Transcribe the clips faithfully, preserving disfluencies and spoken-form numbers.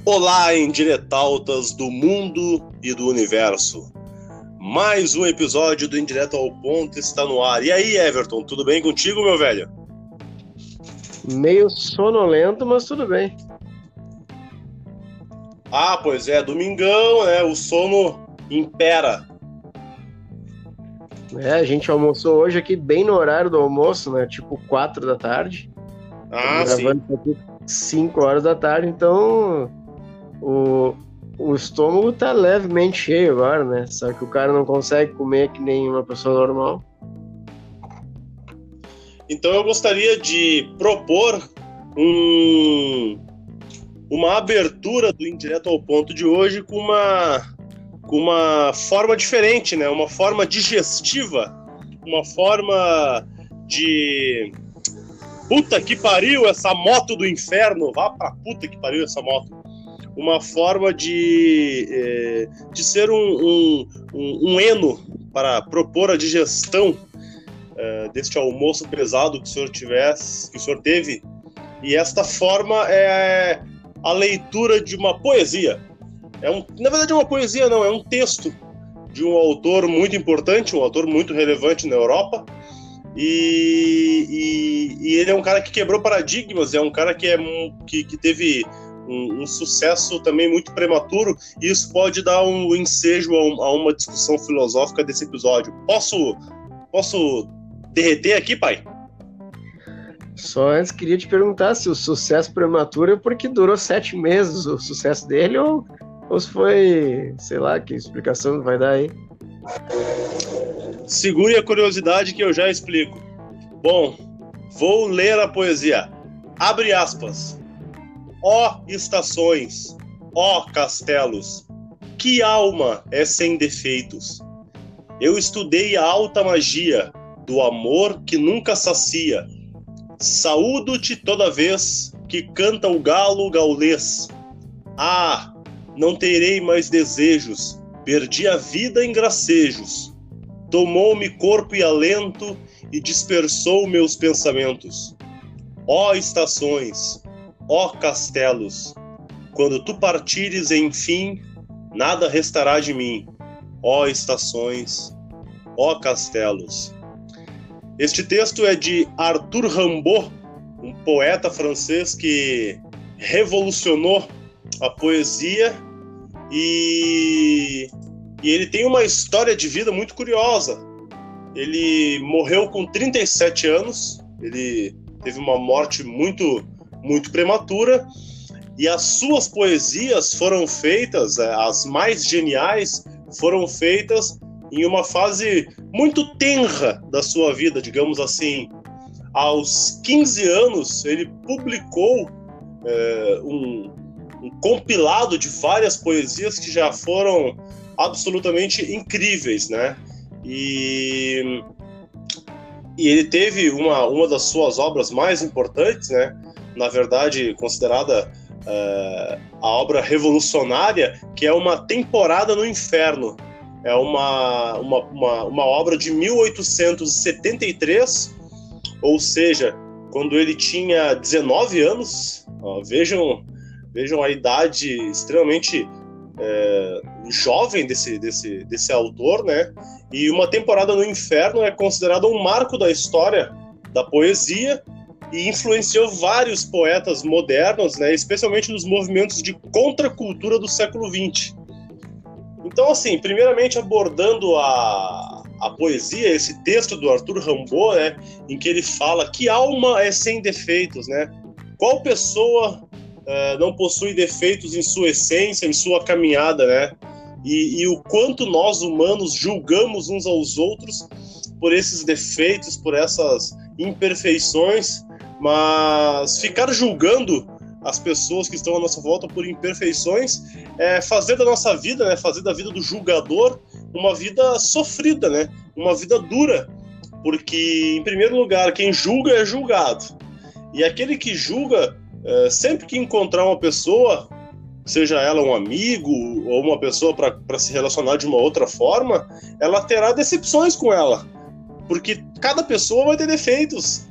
Olá, indiretautas do mundo e do universo. Mais um episódio do Indireto ao Ponto está no ar. E aí, Everton, tudo bem contigo, meu velho? Meio sonolento, mas tudo bem. Ah, pois é, domingão, né? O sono impera. É, a gente almoçou hoje aqui bem no horário do almoço, né? Tipo quatro da tarde. Ah, Estamos gravando sim. aqui cinco horas da tarde, então o, o estômago tá levemente cheio agora, né? Só que o cara não consegue comer que nem uma pessoa normal. Então eu gostaria de propor um, uma abertura do Indireto ao Ponto de hoje com uma, com uma forma diferente, né? Uma forma digestiva, uma forma de... Puta que pariu essa moto do inferno, vá pra puta que pariu essa moto. Uma forma de, eh, de ser um, um, um, um eno para propor a digestão eh, deste almoço pesado que o senhor tivesse, que o senhor teve. E esta forma é a leitura de uma poesia. É um, na verdade é uma poesia não, é um texto de um autor muito importante, um autor muito relevante na Europa. E, e, e ele é um cara que quebrou paradigmas, é um cara que, é, que, que teve um, um sucesso também muito prematuro, e isso pode dar um ensejo a, um, a uma discussão filosófica desse episódio. Posso, posso derreter aqui, pai? Só antes queria te perguntar se o sucesso prematuro é porque durou sete meses o sucesso dele ou, ou se foi, sei lá, que explicação vai dar aí. Segure a curiosidade que eu já explico. Bom, vou ler a poesia. Abre aspas. Ó estações, ó castelos, que alma é sem defeitos. Eu estudei a alta magia do amor que nunca sacia. Saúdo-te toda vez que canta o galo gaulês. Ah, não terei mais desejos, perdi a vida em gracejos. Tomou-me corpo e alento e dispersou meus pensamentos. Ó estações, ó castelos, quando tu partires, enfim, nada restará de mim. Ó estações, ó castelos. Este texto é de Arthur Rimbaud, um poeta francês que revolucionou a poesia e... E ele tem uma história de vida muito curiosa. Ele morreu com trinta e sete anos, ele teve uma morte muito, muito prematura, e as suas poesias foram feitas, as mais geniais, foram feitas em uma fase muito tenra da sua vida, digamos assim. Aos quinze anos, ele publicou é, um, um compilado de várias poesias que já foram absolutamente incríveis, né? E, e ele teve uma, uma das suas obras mais importantes, né? Na verdade, considerada uh, a obra revolucionária, que é uma Temporada no Inferno. É uma, uma, uma, uma obra de mil oitocentos e setenta e três, ou seja, quando ele tinha dezenove anos. Ó, vejam, vejam a idade extremamente É, jovem desse, desse, desse autor, né? E uma Temporada no Inferno é considerada um marco da história da poesia e influenciou vários poetas modernos, né? Especialmente nos movimentos de contracultura do século vinte. Então, assim, primeiramente abordando a, a poesia, esse texto do Arthur Rimbaud, né? Em que ele fala que alma é sem defeitos, né? Qual pessoa Uh, não possui defeitos em sua essência, em sua caminhada, né? E, e o quanto nós humanos julgamos uns aos outros por esses defeitos, por essas imperfeições, mas ficar julgando as pessoas que estão à nossa volta por imperfeições é fazer da nossa vida, né? Fazer da vida do julgador uma vida sofrida, né? Uma vida dura, porque, em primeiro lugar, quem julga é julgado. E aquele que julga, É, sempre que encontrar uma pessoa, seja ela um amigo ou uma pessoa para se relacionar de uma outra forma, ela terá decepções com ela, porque cada pessoa vai ter defeitos.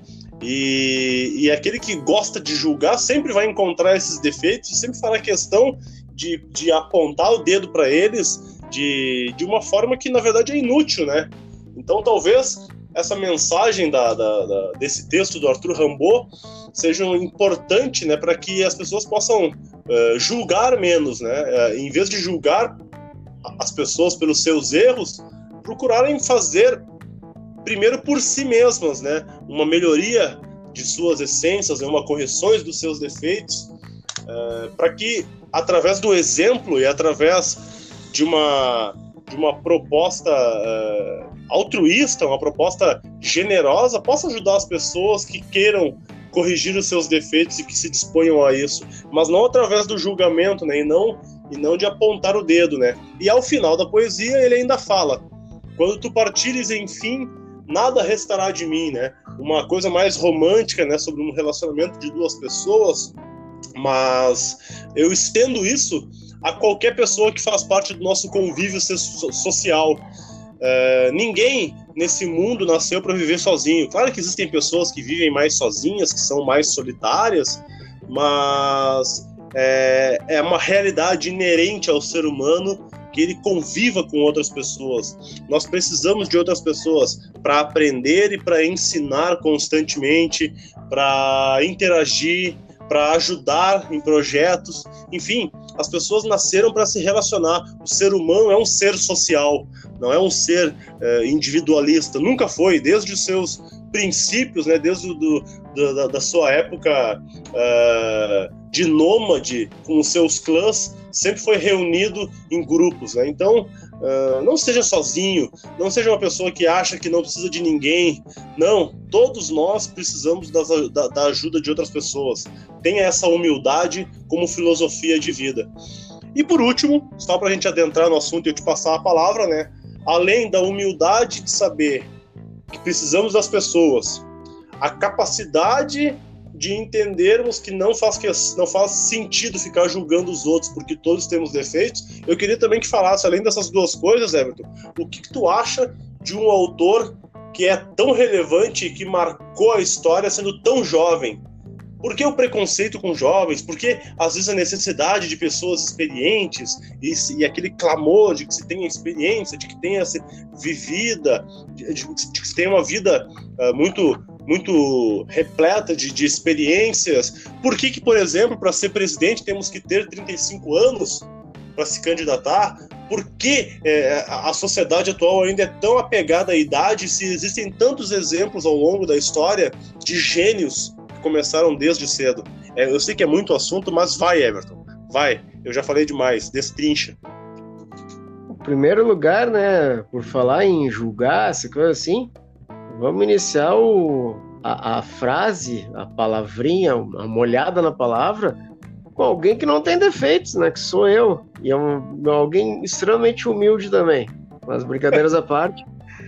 E, e aquele que gosta de julgar sempre vai encontrar esses defeitos e sempre fará questão de, de apontar o dedo para eles de, de uma forma que, na verdade, é inútil, né? Então, talvez essa mensagem da, da, da, desse texto do Arthur Rimbaud seja importante, né, para que as pessoas possam uh, julgar menos, né? Uh, em vez de julgar as pessoas pelos seus erros, procurarem fazer primeiro por si mesmas, né, uma melhoria de suas essências, né, uma correções dos seus defeitos, uh, para que através do exemplo e através de uma de uma proposta uh, altruísta, uma proposta generosa, possa ajudar as pessoas que queiram corrigir os seus defeitos e que se disponham a isso, mas não através do julgamento, né, e não e não de apontar o dedo, né. E ao final da poesia ele ainda fala: quando tu partires, enfim, nada restará de mim, né? Uma coisa mais romântica, né, sobre um relacionamento de duas pessoas, mas eu estendo isso a qualquer pessoa que faz parte do nosso convívio social. Uh, ninguém nesse mundo nasceu para viver sozinho. Claro que existem pessoas que vivem mais sozinhas, que são mais solitárias, mas é, é uma realidade inerente ao ser humano que ele conviva com outras pessoas. Nós precisamos de outras pessoas para aprender e para ensinar constantemente, para interagir, para ajudar em projetos. Enfim, as pessoas nasceram para se relacionar. O ser humano é um ser social, não é um ser é, individualista. Nunca foi, desde os seus princípios, né, desde do, do, da, da sua época uh, de nômade, com os seus clãs, sempre foi reunido em grupos, né? Então, uh, não seja sozinho, não seja uma pessoa que acha que não precisa de ninguém. Não, todos nós precisamos das, da, da ajuda de outras pessoas. Tenha essa humildade como filosofia de vida. E por último, só para a gente adentrar no assunto e eu te passar a palavra, né? Além da humildade de saber que precisamos das pessoas, a capacidade de entendermos que não faz, que não faz sentido ficar julgando os outros, porque todos temos defeitos. Eu queria também que falasse, além dessas duas coisas, Everton, o que, que tu acha de um autor que é tão relevante e que marcou a história sendo tão jovem? Por que o preconceito com jovens? Por que, às vezes, a necessidade de pessoas experientes e, e aquele clamor de que se tenha experiência, de que tenha se vivida, de, de, de que se tenha uma vida uh, muito, muito repleta de, de experiências? Por que, que, por exemplo, para ser presidente temos que ter trinta e cinco anos para se candidatar? Por que é, a sociedade atual ainda é tão apegada à idade, se existem tantos exemplos ao longo da história de gênios começaram desde cedo? É, eu sei que é muito assunto, mas vai, Everton, vai. Eu já falei demais, destrincha. Em primeiro lugar, né, por falar em julgar, essa coisa assim, vamos iniciar o, a, a frase, a palavrinha, a molhada na palavra, com alguém que não tem defeitos, né, que sou eu, e é um, alguém extremamente humilde também, mas brincadeiras à parte.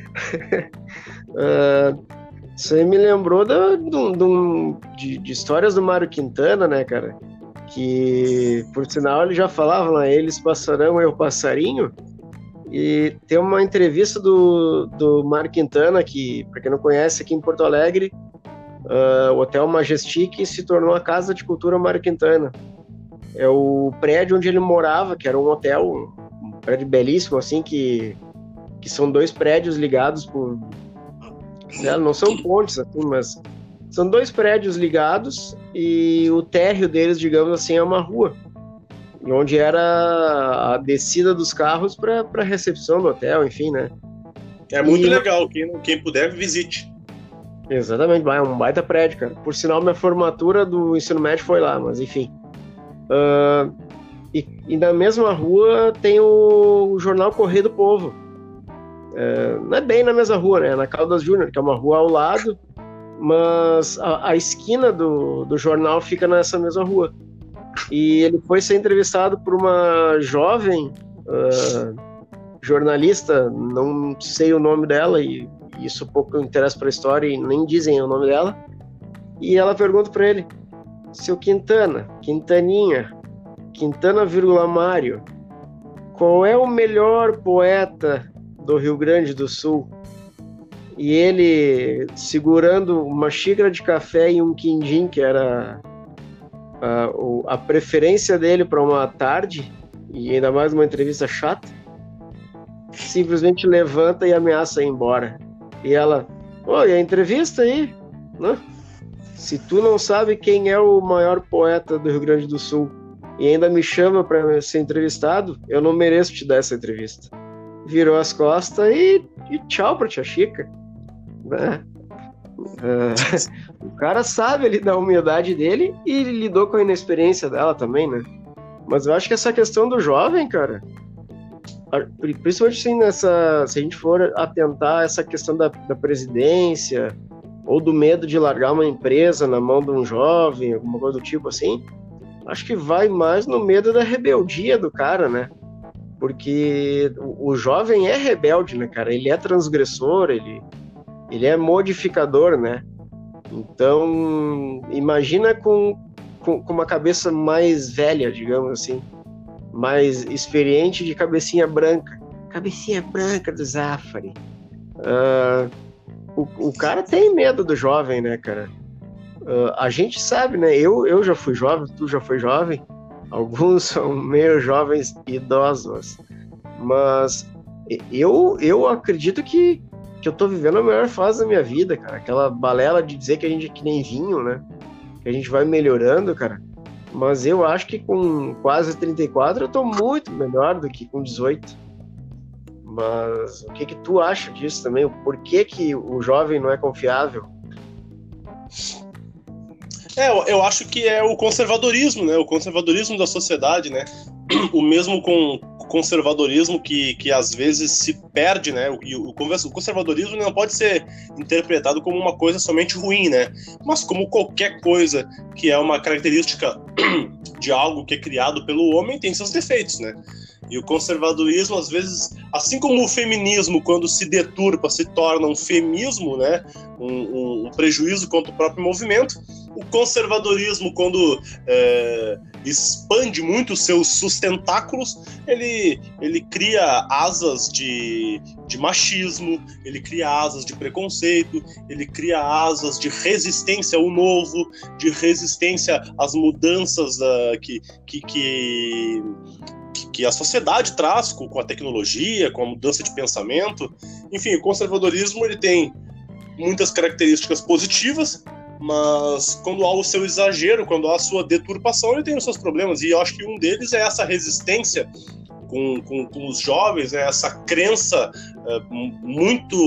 uh, Isso aí me lembrou da, do, do, de, de histórias do Mário Quintana, né, cara? Que, por sinal, ele já falava lá, eles passarão, eu passarinho. E tem uma entrevista do, do Mário Quintana, que, para quem não conhece, aqui em Porto Alegre, uh, o Hotel Majestic se tornou a Casa de Cultura Mário Quintana. É o prédio onde ele morava, que era um hotel, um prédio belíssimo, assim, que, que são dois prédios ligados por... Não são pontes, assim, mas são dois prédios ligados e o térreo deles, digamos assim, é uma rua, onde era a descida dos carros para a recepção do hotel, enfim, né? É muito e... legal, quem, quem puder, visite. Exatamente, é um baita prédio, cara. Por sinal, minha formatura do ensino médio foi lá, mas enfim. Uh, e, e na mesma rua tem o, o jornal Correio do Povo. É, não é bem na mesma rua, né? É na Caldas Júnior, que é uma rua ao lado, mas a, a esquina do, do jornal fica nessa mesma rua. E ele foi ser entrevistado por uma jovem uh, jornalista, não sei o nome dela, e isso pouco interessa para a história, e nem dizem o nome dela. E ela pergunta para ele: seu Quintana, Quintaninha, Quintana, vírgula Mário, qual é o melhor poeta do Rio Grande do Sul? e ele segurando uma xícara de café e um quindim, que era a, o, a preferência dele para uma tarde, e ainda mais uma entrevista chata, simplesmente levanta e ameaça ir embora. E ela, oi, a entrevista aí? Né? Se tu não sabe quem é o maior poeta do Rio Grande do Sul e ainda me chama para ser entrevistado, eu não mereço te dar essa entrevista. Virou as costas e, e tchau pra tia Chica. Né? Uh, o cara sabe ali da humildade dele e lidou com a inexperiência dela também, né? Mas eu acho que essa questão do jovem, cara, principalmente assim, nessa, se a gente for atentar essa questão da, da presidência ou do medo de largar uma empresa na mão de um jovem, alguma coisa do tipo assim, acho que vai mais no medo da rebeldia do cara, né? Porque o, o jovem é rebelde, né, cara? Ele é transgressor, ele, ele é modificador, né? Então, imagina com, com, com uma cabeça mais velha, digamos assim, mais experiente, de cabecinha branca. Cabecinha branca do Zafari. Uh, o, o cara tem medo do jovem, né, cara? Uh, a gente sabe, né? Eu, eu já fui jovem, tu já foi jovem. Alguns são meio jovens idosos. Mas eu, eu acredito que, que eu tô vivendo a melhor fase da minha vida, cara. Aquela balela de dizer que a gente é que nem vinho, né? Que a gente vai melhorando, cara. Mas eu acho que com quase trinta e quatro eu tô muito melhor do que com dezoito. Mas o que que tu acha disso também? Por que que o jovem não é confiável? É, eu, eu acho que é o conservadorismo, né? O conservadorismo da sociedade, né? O mesmo com conservadorismo que, que às vezes se perde, né? O, o, o conservadorismo não pode ser interpretado como uma coisa somente ruim, né? Mas como qualquer coisa que é uma característica de algo que é criado pelo homem, tem seus defeitos, né? E o conservadorismo, às vezes, assim como o feminismo, quando se deturpa, se torna um femismo, né? Um, um, um prejuízo contra o próprio movimento. O conservadorismo, quando é, expande muito os seus sustentáculos, ele, ele cria asas de, de machismo, ele cria asas de preconceito, ele cria asas de resistência ao novo, de resistência às mudanças da, que... que, que que a sociedade traz com, com a tecnologia, com a mudança de pensamento. Enfim, o conservadorismo ele tem muitas características positivas, mas quando há o seu exagero, quando há a sua deturpação, ele tem os seus problemas. E eu acho que um deles é essa resistência com, com, com os jovens, né? Essa crença uh, muito,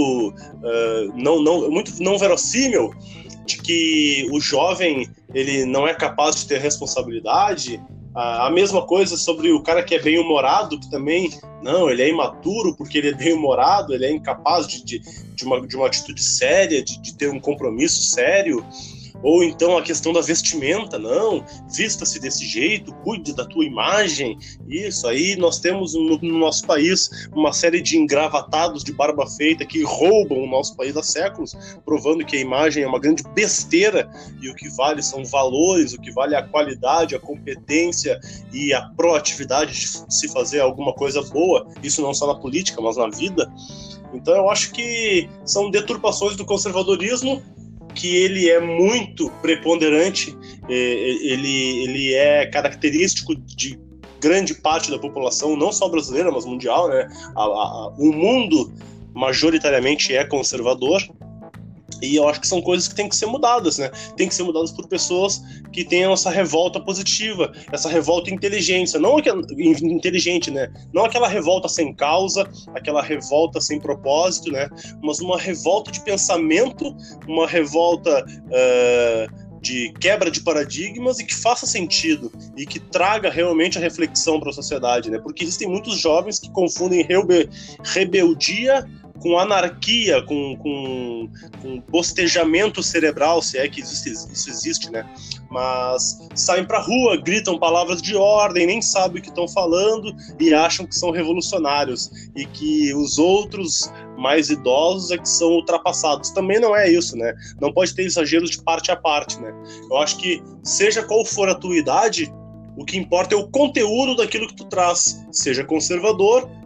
uh, não, não, muito não verossímil de que o jovem ele não é capaz de ter responsabilidade. A mesma coisa sobre o cara que é bem-humorado, que também, não, ele é imaturo porque ele é bem-humorado, ele é incapaz de, de, de, uma, de uma atitude séria, de, de ter um compromisso sério. Ou então a questão da vestimenta, não, vista-se desse jeito, cuide da tua imagem. Isso aí nós temos no, no nosso país uma série de engravatados de barba feita que roubam o nosso país há séculos, provando que a imagem é uma grande besteira e o que vale são valores, o que vale é a qualidade, a competência e a proatividade de se fazer alguma coisa boa, isso não só na política, mas na vida. Então eu acho que são deturpações do conservadorismo, que ele é muito preponderante, ele, ele é característico de grande parte da população, não só brasileira, mas mundial, né? A, a, o mundo majoritariamente é conservador, e eu acho que são coisas que têm que ser mudadas, né? Tem que ser mudadas por pessoas que tenham essa revolta positiva, essa revolta inteligência, não aquela, inteligente, né? Não aquela revolta sem causa, aquela revolta sem propósito, né? Mas uma revolta de pensamento, uma revolta uh, de quebra de paradigmas e que faça sentido e que traga realmente a reflexão para a sociedade, né? Porque existem muitos jovens que confundem rebe- rebeldia com anarquia, com, com, com bostejamento cerebral, se é que existe, isso existe, né? Mas saem pra rua, gritam palavras de ordem, nem sabem o que estão falando e acham que são revolucionários e que os outros mais idosos é que são ultrapassados. Também não é isso, né? Não pode ter exageros de parte a parte, né? Eu acho que, seja qual for a tua idade, o que importa é o conteúdo daquilo que tu traz, seja conservador,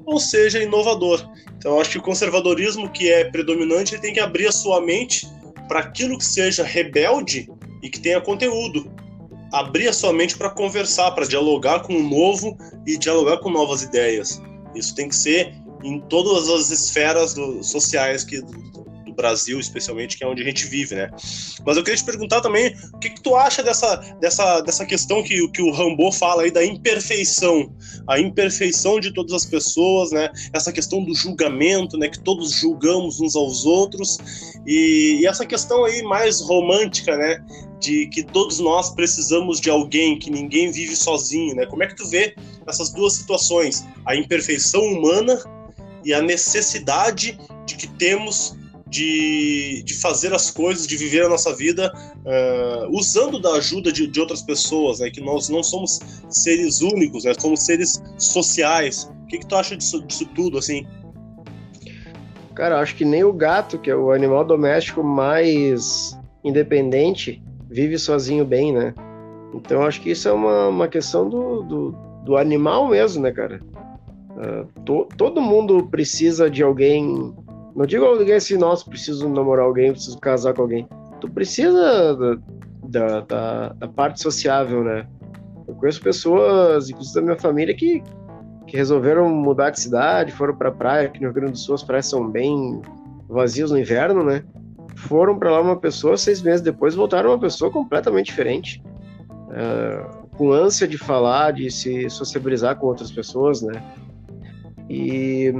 ou seja inovador. Então eu acho que o conservadorismo que é predominante, ele tem que abrir a sua mente para aquilo que seja rebelde e que tenha conteúdo. Abrir a sua mente para conversar, para dialogar com o novo e dialogar com novas ideias. Isso tem que ser em todas as esferas do, sociais que, do, do Brasil, especialmente, que é onde a gente vive, né? Mas eu queria te perguntar também, o que, que tu acha dessa, dessa, dessa questão que, que o Rimbaud fala aí da imperfeição, a imperfeição de todas as pessoas, né? Essa questão do julgamento, né? Que todos julgamos uns aos outros, e, e essa questão aí mais romântica, né? De que todos nós precisamos de alguém, que ninguém vive sozinho, né? Como é que tu vê essas duas situações? A imperfeição humana e a necessidade de que temos de, de fazer as coisas, de viver a nossa vida uh, usando da ajuda de, de outras pessoas, né? Que nós não somos seres únicos, né? Somos seres sociais. O que, que tu acha disso, disso tudo, assim? Cara, eu acho que nem o gato, que é o animal doméstico mais independente, vive sozinho bem, né? Então acho que isso é uma, uma questão do, do, do animal mesmo, né, cara? Uh, to, todo mundo precisa de alguém. Não digo alguém assim, nossa, preciso namorar alguém, preciso casar com alguém. Tu precisa da, da, da, da parte sociável, né? Eu conheço pessoas, inclusive da minha família, que, que resolveram mudar de cidade, foram pra praia, aqui no Rio Grande do Sul as praias são bem vazias no inverno, né? Foram para lá uma pessoa, seis meses depois voltaram uma pessoa completamente diferente, uh, com ânsia de falar, de se sociabilizar com outras pessoas, né? E,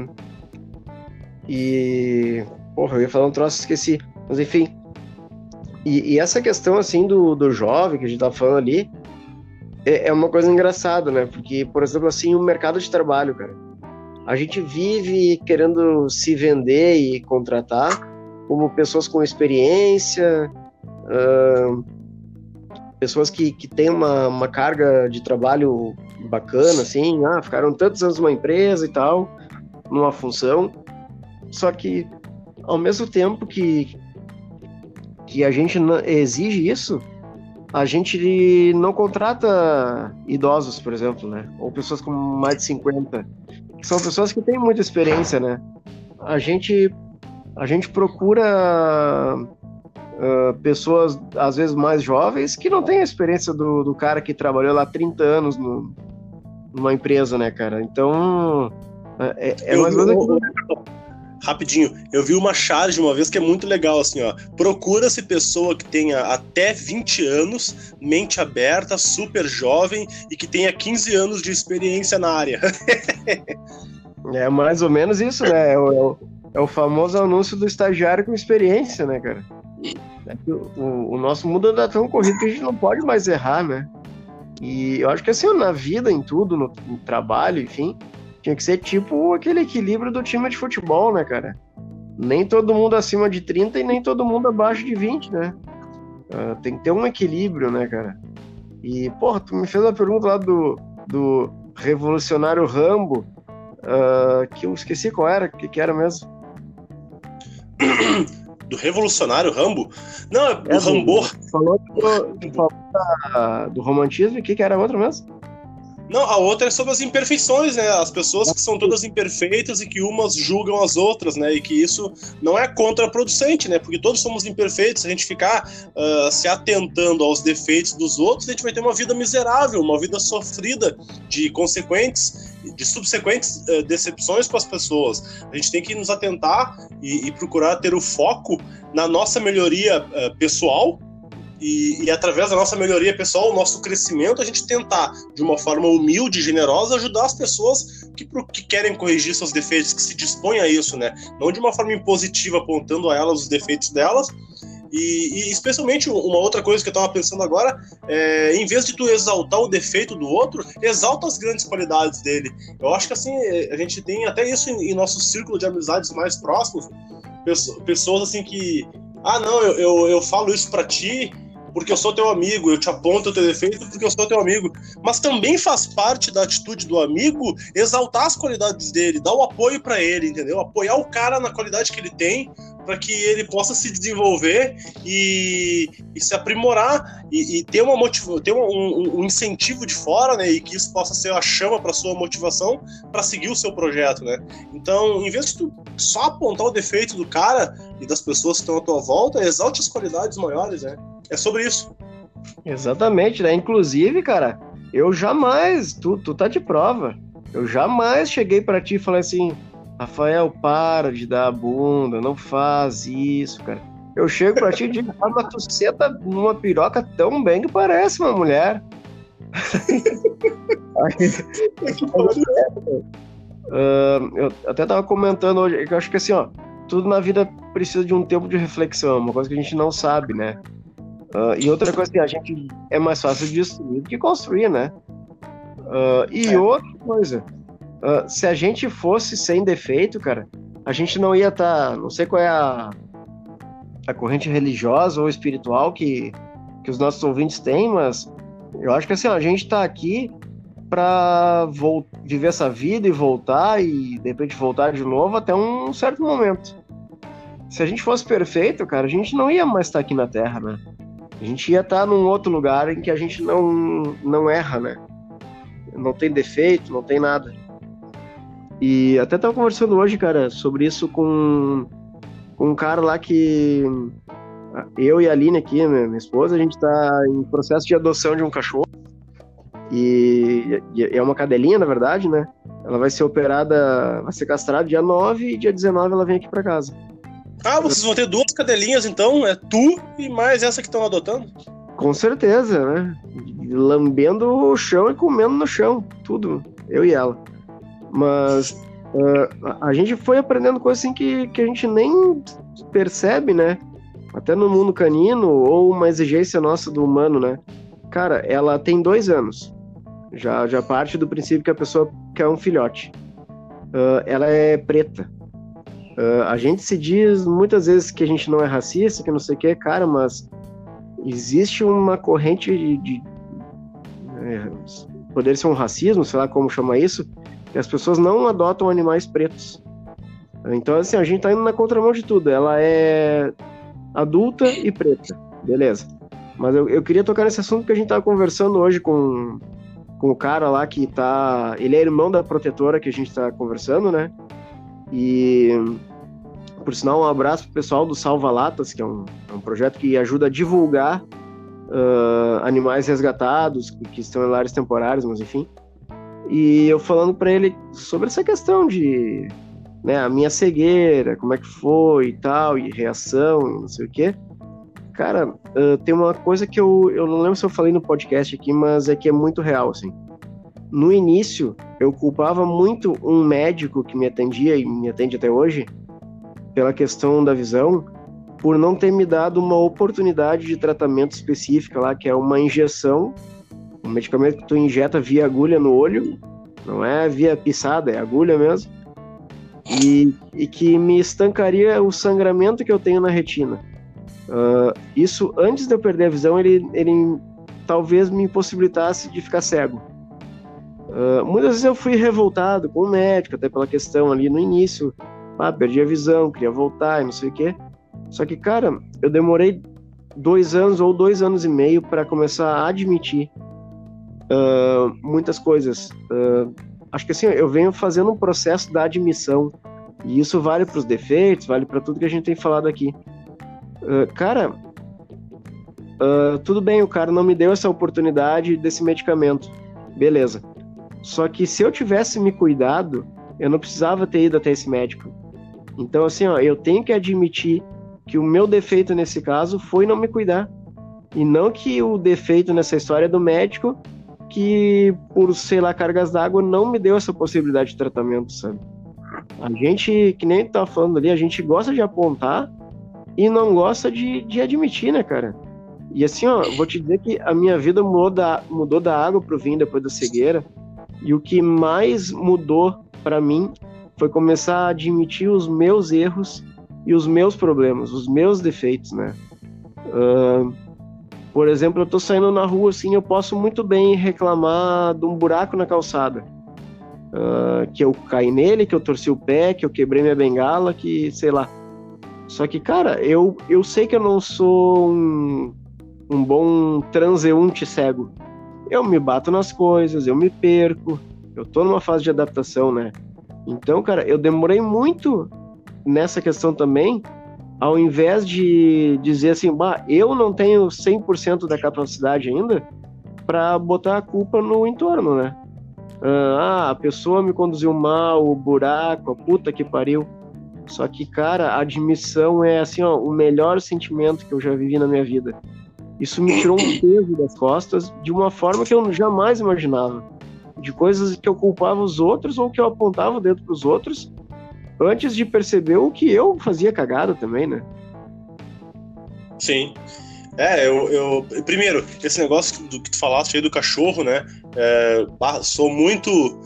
e porra, eu ia falar um troço, esqueci, mas enfim, e, e essa questão assim do, do jovem que a gente tá falando ali é, é uma coisa engraçada, né? Porque, por exemplo, assim, o mercado de trabalho, cara, a gente vive querendo se vender e contratar como pessoas com experiência, uh, pessoas que, que têm uma, uma carga de trabalho bacana, assim, ah, ficaram tantos anos numa empresa e tal, numa função, só que ao mesmo tempo que, que a gente exige isso, a gente não contrata idosos, por exemplo, né, ou pessoas com mais de cinquenta, que são pessoas que têm muita experiência, né, a gente... A gente procura uh, pessoas, às vezes, mais jovens, que não têm a experiência do, do cara que trabalhou lá trinta anos no, numa empresa, né, cara? Então, é, é mais ou menos... Rapidinho, eu vi uma charge uma vez que é muito legal, assim, ó. Procura-se pessoa que tenha até vinte anos, mente aberta, super jovem e que tenha quinze anos de experiência na área. É mais ou menos isso, né? É o, é o famoso anúncio do estagiário com experiência, né, cara? O, o nosso mundo anda tão corrido que a gente não pode mais errar, né? E eu acho que assim, na vida, em tudo, no, no trabalho, enfim, tinha que ser tipo aquele equilíbrio do time de futebol, né, cara? Nem todo mundo acima de trinta e nem todo mundo abaixo de vinte, né? Uh, tem que ter um equilíbrio, né, cara? E, porra, tu me fez uma pergunta lá do, do revolucionário Rambo, uh, que eu esqueci qual era, o que, que era mesmo? Do revolucionário Rambo? Não, é do é, Rambo. Falou, do, falou da, do romantismo, e o que, que era outro mesmo? Não, a outra é sobre as imperfeições, né? As pessoas que são todas imperfeitas e que umas julgam as outras, né? E que isso não é contraproducente, né? Porque todos somos imperfeitos. Se a gente ficar uh, se atentando aos defeitos dos outros, a gente vai ter uma vida miserável, uma vida sofrida de consequentes, de subsequentes uh, decepções com as pessoas. A gente tem que nos atentar e, e procurar ter o foco na nossa melhoria uh, pessoal. E, e através da nossa melhoria pessoal, o nosso crescimento, a gente tentar, de uma forma humilde e generosa, ajudar as pessoas que, que querem corrigir seus defeitos, que se dispõem a isso, né? Não de uma forma impositiva, apontando a elas os defeitos delas. E, e especialmente, uma outra coisa que eu estava pensando agora, é, em vez de tu exaltar o defeito do outro, exalta as grandes qualidades dele. Eu acho que assim, a gente tem até isso em, em nosso círculo de amizades mais próximos, pessoas assim que, ah não, eu, eu, eu falo isso pra ti, porque eu sou teu amigo, eu te aponto o teu defeito porque eu sou teu amigo. Mas também faz parte da atitude do amigo exaltar as qualidades dele, dar o apoio pra ele, entendeu? Apoiar o cara na qualidade que ele tem, para que ele possa se desenvolver e, e se aprimorar e, e ter, uma motiva, ter um, um, um incentivo de fora, né, e que isso possa ser a chama para sua motivação para seguir o seu projeto, né? Então, em vez de tu só apontar o defeito do cara e das pessoas que estão à tua volta, exalte as qualidades maiores, né? É sobre isso. Exatamente, né? Inclusive, cara, eu jamais, tu, tu tá de prova, eu jamais cheguei para ti e falei assim: Rafael, para de dar a bunda, não faz isso, cara. Eu chego pra ti e digo: ah, mas tu senta numa piroca tão bem que parece uma mulher. Aí, uh, eu até tava comentando hoje, que eu acho que assim, ó, tudo na vida precisa de um tempo de reflexão, uma coisa que a gente não sabe, né? Uh, e outra coisa que a gente é mais fácil de destruir do que construir, né? Uh, e é. outra coisa, Uh, se a gente fosse sem defeito, cara, a gente não ia estar... Tá, não sei qual é a, a corrente religiosa ou espiritual que, que os nossos ouvintes têm, mas eu acho que assim, ó, a gente tá aqui pra vol- viver essa vida e voltar, e de repente voltar de novo até um certo momento. Se a gente fosse perfeito, cara, a gente não ia mais estar aqui na Terra, né? A gente ia estar num outro lugar em que a gente não, não erra, né? Não tem defeito, não tem nada. E até tava conversando hoje, cara, sobre isso com, com um cara lá que... Eu e a Aline aqui, minha, minha esposa, a gente tá em processo de adoção de um cachorro. E, e é uma cadelinha, na verdade, né? Ela vai ser operada, vai ser castrada dia nove e dia dezenove ela vem aqui pra casa. Ah, vocês vão ter duas cadelinhas, então? É tu e mais essa que estão adotando? Com certeza, né? Lambendo o chão e comendo no chão, tudo. Eu e ela. Mas uh, a gente foi aprendendo coisas assim que, que a gente nem percebe, né? Até no mundo canino, ou uma exigência nossa do humano, né? Cara, ela tem dois anos. Já, já parte do princípio que a pessoa quer um filhote. Uh, ela é preta. Uh, a gente se diz muitas vezes que a gente não é racista, que não sei o que, cara, mas existe uma corrente de... de é, poderia ser um racismo, sei lá como chama isso, que as pessoas não adotam animais pretos. Então, assim, a gente tá indo na contramão de tudo. Ela é adulta e preta, beleza. Mas eu, eu queria tocar nesse assunto porque a gente tava conversando hoje com, com o cara lá que tá... Ele é irmão da protetora que a gente tá conversando, né? E, por sinal, um abraço pro pessoal do Salva Latas, que é um, é um projeto que ajuda a divulgar uh, animais resgatados, que estão em lares temporários, mas enfim. E eu falando pra ele sobre essa questão de, né, a minha cegueira, como é que foi e tal, e reação, e não sei o quê. Cara, uh, tem uma coisa que eu, eu não lembro se eu falei no podcast aqui, mas é que é muito real, assim. No início, eu culpava muito um médico que me atendia, e me atende até hoje, pela questão da visão, por não ter me dado uma oportunidade de tratamento específica lá, que é uma injeção, um medicamento que tu injeta via agulha no olho, não é via pisada, é agulha mesmo, e, e que me estancaria o sangramento que eu tenho na retina. Uh, isso, antes de eu perder a visão, ele, ele talvez me impossibilitasse de ficar cego. Uh, muitas vezes eu fui revoltado com o médico, até pela questão ali no início, ah, perdi a visão, queria voltar e não sei o quê. Só que, cara, eu demorei dois anos ou dois anos e meio para começar a admitir uh, muitas coisas. Uh, acho que assim, eu venho fazendo um processo da admissão, e isso vale para os defeitos, vale para tudo que a gente tem falado aqui. Uh, cara, uh, tudo bem, o cara não me deu essa oportunidade desse medicamento, beleza. Só que se eu tivesse me cuidado, eu não precisava ter ido até esse médico. Então, assim, ó, eu tenho que admitir que o meu defeito nesse caso foi não me cuidar. E não que o defeito nessa história é do médico que, por, sei lá, cargas d'água, não me deu essa possibilidade de tratamento, sabe? A gente, que nem tá falando ali, a gente gosta de apontar e não gosta de, de admitir, né, cara? E assim, ó, vou te dizer que a minha vida mudou da, mudou da água pro vinho depois da cegueira. E o que mais mudou pra mim foi começar a admitir os meus erros e os meus problemas, os meus defeitos, né? Uh, por exemplo, eu tô saindo na rua, assim, eu posso muito bem reclamar de um buraco na calçada. Uh, que eu caí nele, que eu torci o pé, que eu quebrei minha bengala, que, sei lá. Só que, cara, eu, eu sei que eu não sou um, um bom transeunte cego. Eu me bato nas coisas, eu me perco, eu tô numa fase de adaptação, né? Então, cara, eu demorei muito nessa questão também, ao invés de dizer assim, bah, eu não tenho cem por cento da capacidade ainda para botar a culpa no entorno, né? Ah, a pessoa me conduziu mal, o buraco, a puta que pariu. Só que, cara, a admissão é assim, ó, o melhor sentimento que eu já vivi na minha vida. Isso me tirou um peso das costas de uma forma que eu jamais imaginava. De coisas que eu culpava os outros ou que eu apontava o dedo pros outros antes de perceber o que eu fazia cagada também, né? Sim. É, eu, eu... Primeiro, esse negócio do que tu falaste aí do cachorro, né? É, sou muito...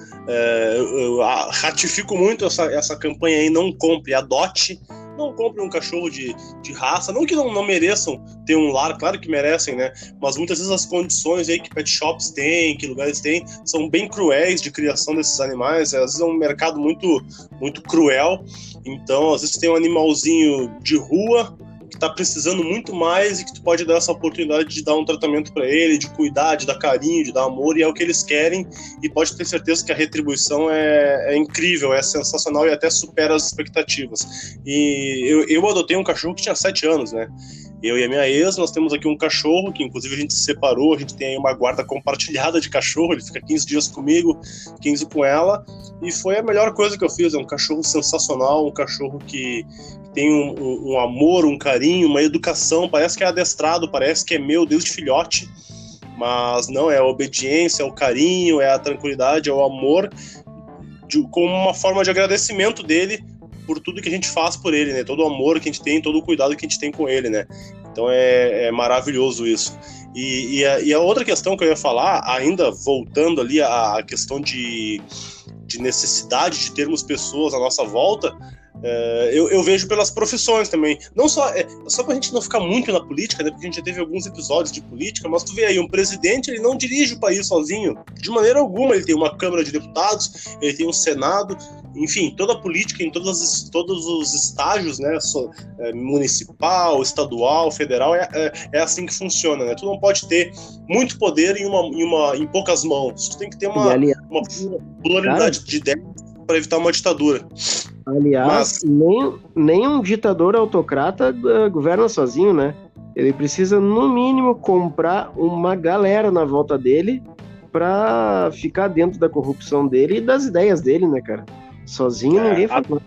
É, eu ratifico muito essa, essa campanha aí, não compre, adote. Não compre um cachorro de, de raça, não que não, não mereçam ter um lar, claro que merecem, né? Mas muitas vezes as condições aí que pet shops têm, que lugares têm, são bem cruéis de criação desses animais. Às vezes é um mercado muito, muito cruel. Então, às vezes tem um animalzinho de rua que tá precisando muito mais e que tu pode dar essa oportunidade de dar um tratamento para ele, de cuidar, de dar carinho, de dar amor, e é o que eles querem, e pode ter certeza que a retribuição é, é incrível, é sensacional e até supera as expectativas. E eu, eu adotei um cachorro que tinha sete anos, né? Eu e a minha ex, nós temos aqui um cachorro que inclusive a gente se separou, a gente tem aí uma guarda compartilhada de cachorro, ele fica quinze dias comigo, quinze com ela, e foi a melhor coisa que eu fiz. É um cachorro sensacional, um cachorro que tem um, um, um amor, um carinho, uma educação, parece que é adestrado, parece que é meu desde filhote, mas não, é a obediência, é o carinho, é a tranquilidade, é o amor, de, como uma forma de agradecimento dele por tudo que a gente faz por ele, né? Todo o amor que a gente tem, todo o cuidado que a gente tem com ele, né? Então é, é maravilhoso isso. E, e, a, e a outra questão que eu ia falar, ainda voltando ali à questão de, de necessidade de termos pessoas à nossa volta, é, eu, eu vejo pelas profissões também. Não só, é, só pra gente não ficar muito na política, né? Porque a gente já teve alguns episódios de política, mas tu vê aí, um presidente, ele não dirige o país sozinho, de maneira alguma. Ele tem uma Câmara de Deputados, ele tem um Senado, enfim, toda a política em todas, todos os estágios, né, é, municipal, estadual, federal, é, é, é assim que funciona, né? Tu não pode ter muito poder em, uma, em, uma, em poucas mãos. Tu tem que ter uma, aliás, uma pluralidade de ideias para evitar uma ditadura. Aliás, Mas... nem, nem um ditador autocrata uh, governa sozinho, né? Ele precisa, no mínimo, comprar uma galera na volta dele para ficar dentro da corrupção dele e das ideias dele, né, cara? Sozinho é, ninguém faz nada.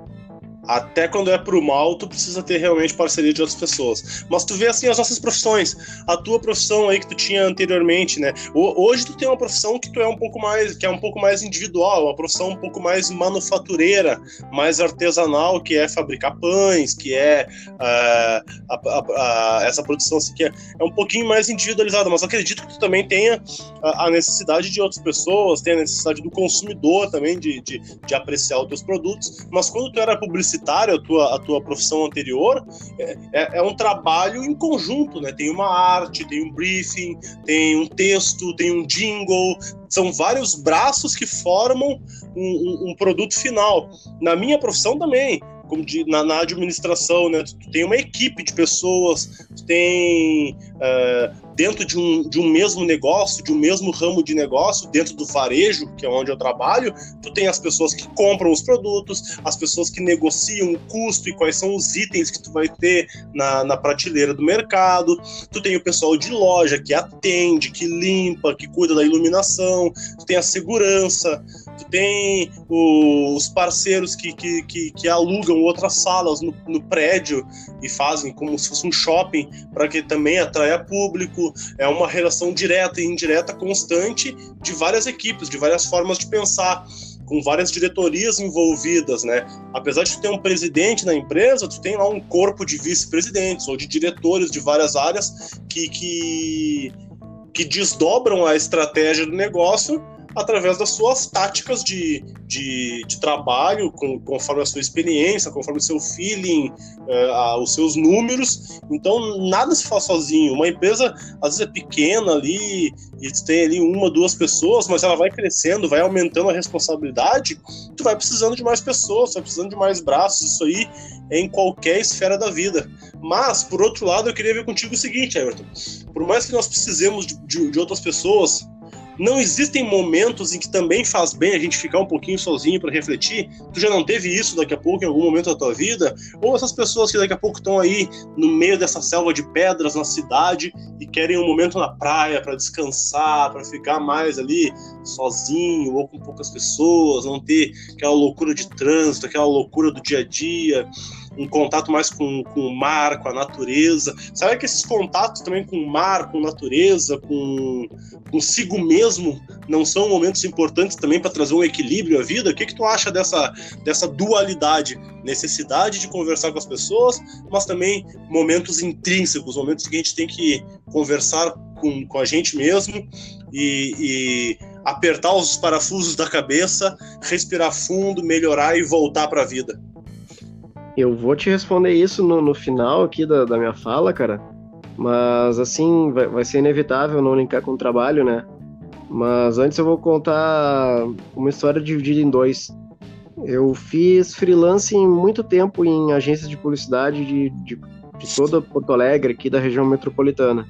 Até quando é pro mal, tu precisa ter realmente parceria de outras pessoas. Mas tu vê assim as nossas profissões, a tua profissão aí que tu tinha anteriormente, né? Hoje tu tem uma profissão que tu é um pouco mais, que é um pouco mais individual, uma profissão um pouco mais manufatureira, mais artesanal, que é fabricar pães, que é uh, a, a, a, essa produção assim, que é, é um pouquinho mais individualizada. Mas eu acredito que tu também tenha a, a necessidade de outras pessoas, tenha a necessidade do consumidor também de, de, de apreciar os teus produtos. Mas quando tu era publicitário, a tua, a tua profissão anterior, é, é, é um trabalho em conjunto, né? Tem uma arte, tem um briefing, tem um texto, tem um jingle, são vários braços que formam um, um, um produto final. Na minha profissão também, como de, na, na administração, né? Tu, tu tem uma equipe de pessoas, tu tem uh, dentro de um, de um mesmo negócio, de um mesmo ramo de negócio, dentro do varejo, que é onde eu trabalho, tu tem as pessoas que compram os produtos, as pessoas que negociam o custo e quais são os itens que tu vai ter na, na prateleira do mercado, tu tem o pessoal de loja que atende, que limpa, que cuida da iluminação, tu tem a segurança, tu tem o, os parceiros que, que, que, que alugam outras salas no, no prédio e fazem como se fosse um shopping para que também atraia público. É uma relação direta e indireta constante de várias equipes, de várias formas de pensar, com várias diretorias envolvidas, né? Apesar de tu ter um presidente na empresa, tu tem lá um corpo de vice-presidentes ou de diretores de várias áreas que, que, que desdobram a estratégia do negócio através das suas táticas de, de, de trabalho, com, conforme a sua experiência, conforme o seu feeling, é, a, os seus números. Então, nada se faz sozinho. Uma empresa, às vezes, é pequena ali, e tem ali uma, duas pessoas, mas ela vai crescendo, vai aumentando a responsabilidade, tu vai precisando de mais pessoas, vai precisando de mais braços. Isso aí é em qualquer esfera da vida. Mas, por outro lado, eu queria ver contigo o seguinte, Everton. Por mais que nós precisemos de, de, de outras pessoas, não existem momentos em que também faz bem a gente ficar um pouquinho sozinho para refletir? Tu já não teve isso daqui a pouco, em algum momento da tua vida? Ou essas pessoas que daqui a pouco estão aí no meio dessa selva de pedras na cidade e querem um momento na praia para descansar, para ficar mais ali sozinho ou com poucas pessoas, não ter aquela loucura de trânsito, aquela loucura do dia a dia, um contato mais com, com o mar, com a natureza? Sabe que esses contatos também com o mar, com natureza, com consigo mesmo, não são momentos importantes também para trazer um equilíbrio à vida? O que que tu acha dessa, dessa dualidade? Necessidade de conversar com as pessoas, mas também momentos intrínsecos, momentos que a gente tem que conversar com, com a gente mesmo e, e apertar os parafusos da cabeça, respirar fundo, melhorar e voltar para a vida. Eu vou te responder isso no, no final aqui da, da minha fala, cara, mas assim, vai, vai ser inevitável não linkar com o trabalho, né? Mas antes eu vou contar uma história dividida em dois. Eu fiz freelance em muito tempo em agências de publicidade de, de, de toda Porto Alegre, aqui da região metropolitana.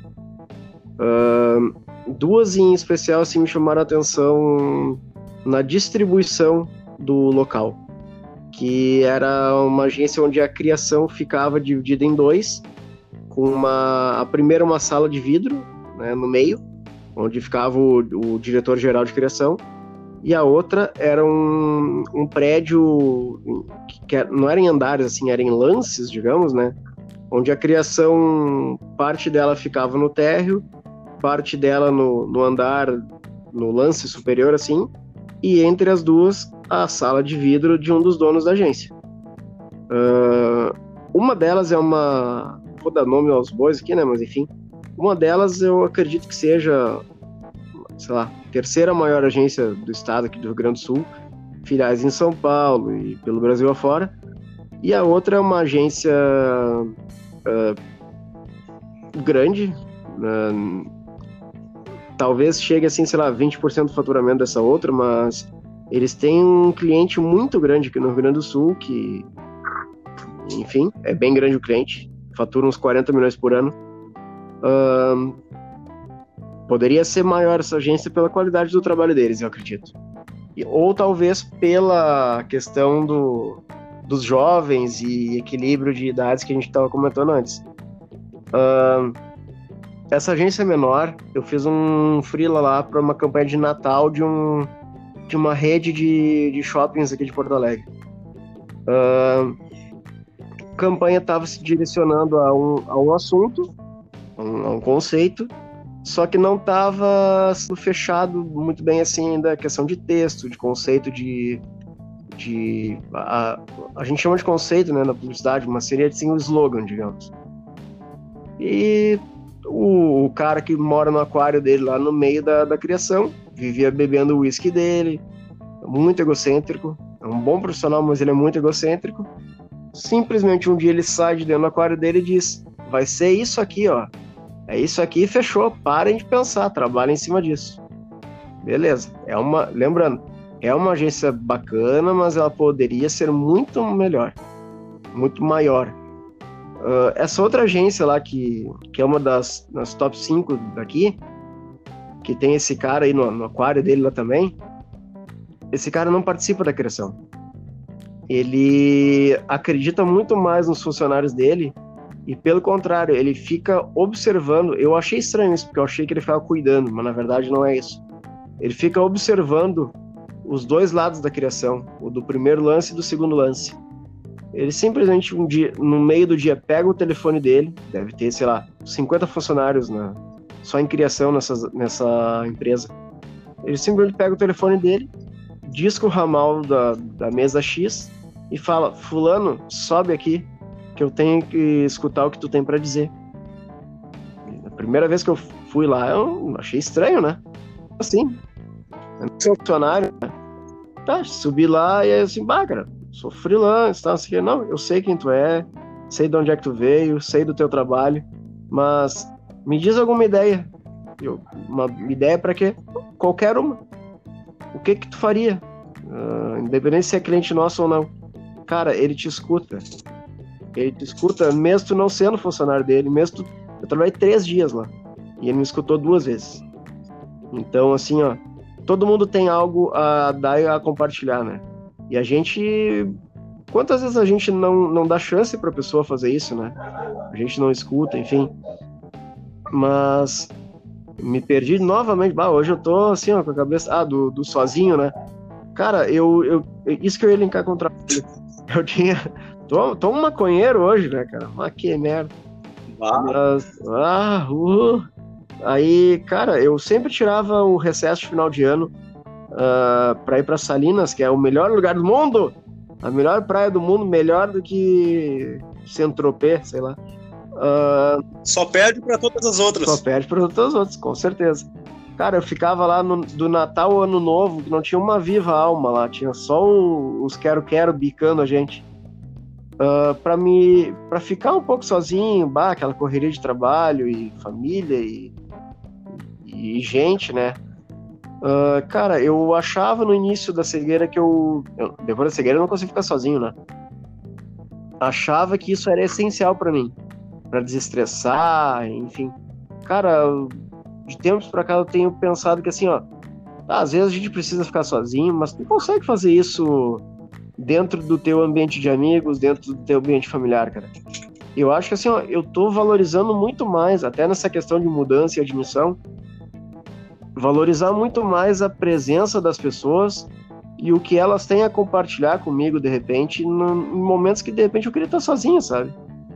Uh, duas em especial assim, me chamaram a atenção na distribuição do local, que era uma agência onde a criação ficava dividida em dois, com uma, a primeira uma sala de vidro, né, no meio, onde ficava o, o diretor-geral de criação, e a outra era um, um prédio que, que era, não era em andares, assim, era em lances, digamos, né, onde a criação, parte dela ficava no térreo, parte dela no, no andar, no lance superior, assim, e entre as duas, a sala de vidro de um dos donos da agência. Uh, uma delas é uma... Vou dar nome aos bois aqui, né? Mas enfim. Uma delas eu acredito que seja, sei lá, terceira maior agência do estado aqui do Rio Grande do Sul, filiais em São Paulo e pelo Brasil afora. E a outra é uma agência uh, grande, uh, talvez chegue assim, sei lá, vinte por cento do faturamento dessa outra, mas eles têm um cliente muito grande aqui no Rio Grande do Sul, que, enfim, é bem grande o cliente, fatura uns quarenta milhões por ano. Uh, poderia ser maior essa agência pela qualidade do trabalho deles, eu acredito. E, ou talvez pela questão do, dos jovens e equilíbrio de idades que a gente estava comentando antes. Uh, essa agência é menor, eu fiz um freela lá para uma campanha de Natal de um de uma rede de, de shoppings aqui de Porto Alegre. Uh, a campanha estava se direcionando a um, a um assunto, a um, a um conceito, só que não estava fechado muito bem assim ainda a questão de texto, de conceito, de... de a, a gente chama de conceito, né, na publicidade, mas seria assim um slogan, digamos. E o, o cara que mora no aquário dele lá no meio da, da criação, vivia bebendo o uísque dele, muito egocêntrico, é um bom profissional, mas ele é muito egocêntrico. Simplesmente um dia ele sai de dentro do aquário dele e diz: vai ser isso aqui, ó, é isso aqui, fechou, parem de pensar, trabalhem em cima disso. Beleza, é uma, lembrando, é uma agência bacana, mas ela poderia ser muito melhor, muito maior. Uh, essa outra agência lá, que, que é uma das, das top cinco daqui, que tem esse cara aí no, no aquário dele lá também, esse cara não participa da criação. Ele acredita muito mais nos funcionários dele e, pelo contrário, ele fica observando. Eu achei estranho isso, porque eu achei que ele ficava cuidando, mas na verdade não é isso. Ele fica observando os dois lados da criação, o do primeiro lance e do segundo lance. Ele simplesmente, um dia, no meio do dia, pega o telefone dele, deve ter, sei lá, cinquenta funcionários na, só em criação nessa, nessa empresa. Ele simplesmente pega o telefone dele, disca o ramal da, da mesa X e fala: fulano, sobe aqui, que eu tenho que escutar o que tu tem pra dizer. A primeira vez que eu fui lá, eu achei estranho, né? Assim, Ser funcionário, né? Tá, subi lá e aí assim, bah, cara, sou freelance, tá, assim, não, eu sei quem tu é, sei de onde é que tu veio, sei do teu trabalho, mas me diz alguma ideia. Eu, uma ideia pra quê? Qualquer uma. O que que tu faria? Uh, independente se é cliente nosso ou não. Cara, ele te escuta. Ele te escuta mesmo tu não sendo funcionário dele, mesmo tu... Eu trabalhei três dias lá. E ele me escutou duas vezes. Então, assim, ó, todo mundo tem algo a dar e a compartilhar, né? E a gente... Quantas vezes a gente não, não dá chance pra pessoa fazer isso, né? A gente não escuta, enfim. Mas... Me perdi novamente. Bah, hoje eu tô, assim, ó, com a cabeça... Ah, do, do sozinho, né? Cara, eu, eu... Isso que eu ia linkar com o trabalho. Eu tinha... Tô, tô um maconheiro hoje, né, cara? Mas que merda. Ah, Mas, ah uh. Aí, cara, eu sempre tirava o recesso de final de ano uh, pra ir pra Salinas, que é o melhor lugar do mundo, a melhor praia do mundo, melhor do que Saint-Tropez, sei lá. Uh, só perde pra todas as outras. Só perde pra todas as outras, com certeza. Cara, eu ficava lá no, do Natal ao Ano Novo, que não tinha uma viva alma lá, tinha só o, os quero-quero bicando a gente. Uh, para me para ficar um pouco sozinho, bah, aquela correria de trabalho e família e, e, e gente, né? Uh, cara, eu achava no início da cegueira que eu, eu depois da cegueira eu não consigo ficar sozinho, né? Achava que isso era essencial para mim, para desestressar, enfim. Cara, de tempos para cá eu tenho pensado que assim, ó, tá, às vezes a gente precisa ficar sozinho, mas tu consegue fazer isso dentro do teu ambiente de amigos, dentro do teu ambiente familiar, cara. Eu acho que assim, ó, eu tô valorizando muito mais, até nessa questão de mudança e admissão, valorizar muito mais a presença das pessoas e o que elas têm a compartilhar comigo, de repente, no, em momentos que, de repente, eu queria estar sozinho, sabe?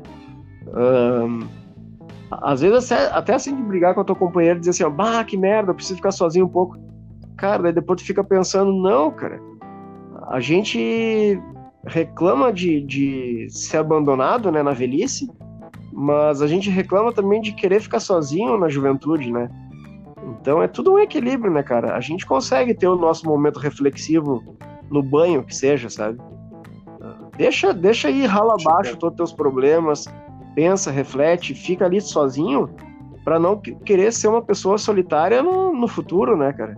Um, às vezes, até, até assim, de brigar com a tua companheira e dizer assim, ó, bah, que merda, eu preciso ficar sozinho um pouco. Cara, daí depois tu fica pensando, não, cara, a gente reclama de, de ser abandonado, né, na velhice, mas a gente reclama também de querer ficar sozinho na juventude, né? Então é tudo um equilíbrio, né, cara? A gente consegue ter o nosso momento reflexivo no banho, que seja, sabe? Deixa, deixa aí, rala abaixo todos os teus problemas, pensa, reflete, fica ali sozinho pra não querer ser uma pessoa solitária no, no futuro, né, cara?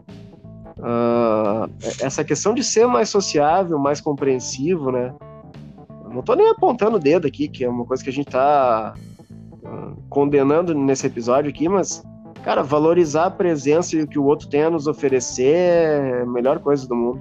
Uh, essa questão de ser mais sociável, mais compreensivo, né? Eu não tô nem apontando o dedo aqui, que é uma coisa que a gente tá uh, condenando nesse episódio aqui, mas, cara, valorizar a presença e o que o outro tem a nos oferecer é a melhor coisa do mundo.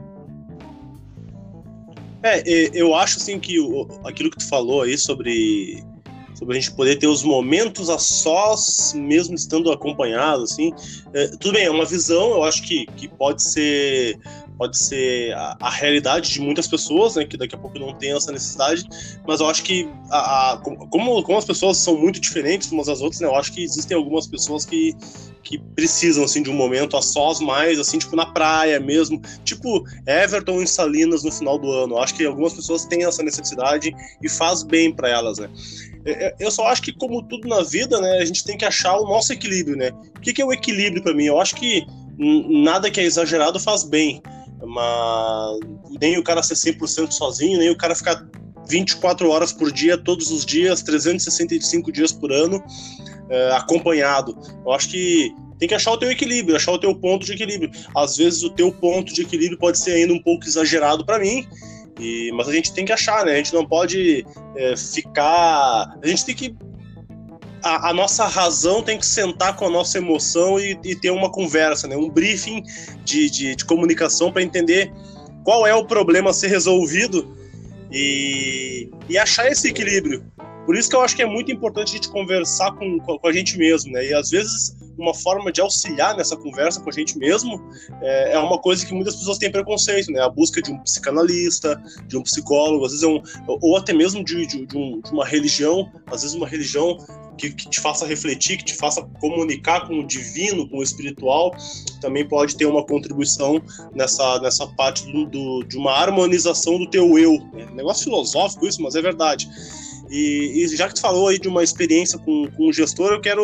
É, eu acho assim que o, aquilo que tu falou aí sobre, sobre a gente poder ter os momentos a sós, mesmo estando acompanhado, assim, é, tudo bem, é uma visão, eu acho que, que pode ser, pode ser a, a realidade de muitas pessoas, né, que daqui a pouco não tem essa necessidade, mas eu acho que, a, a, como, como as pessoas são muito diferentes umas das outras, né, eu acho que existem algumas pessoas que que precisam, assim, de um momento a sós mais, assim, tipo, na praia mesmo, tipo Everton e Salinas no final do ano. Eu acho que algumas pessoas têm essa necessidade e faz bem para elas, né? Eu só acho que, como tudo na vida, né, a gente tem que achar o nosso equilíbrio, né? O que, que é o equilíbrio para mim? Eu acho que nada que é exagerado faz bem, mas nem o cara ser cem por cento sozinho, nem o cara ficar vinte e quatro horas por dia, todos os dias, trezentos e sessenta e cinco dias por ano, é, acompanhado. Eu acho que tem que achar o teu equilíbrio, achar o teu ponto de equilíbrio. Às vezes o teu ponto de equilíbrio pode ser ainda um pouco exagerado para mim, e, mas a gente tem que achar, né? A gente não pode é, ficar... A gente tem que... A, a nossa razão tem que sentar com a nossa emoção e, e ter uma conversa, né? Um briefing de, de, de comunicação para entender qual é o problema a ser resolvido e, e achar esse equilíbrio. Por isso que eu acho que é muito importante a gente conversar com, com a gente mesmo, né? E às vezes uma forma de auxiliar nessa conversa com a gente mesmo é, é uma coisa que muitas pessoas têm preconceito, né? A busca de um psicanalista, de um psicólogo, às vezes é um, ou até mesmo de, de, de, um, de uma religião, às vezes uma religião que, que te faça refletir, que te faça comunicar com o divino, com o espiritual, também pode ter uma contribuição nessa, nessa parte do, do, de uma harmonização do teu eu, né? Negócio filosófico isso, mas é verdade. E, e já que tu falou aí de uma experiência com, com um gestor, eu quero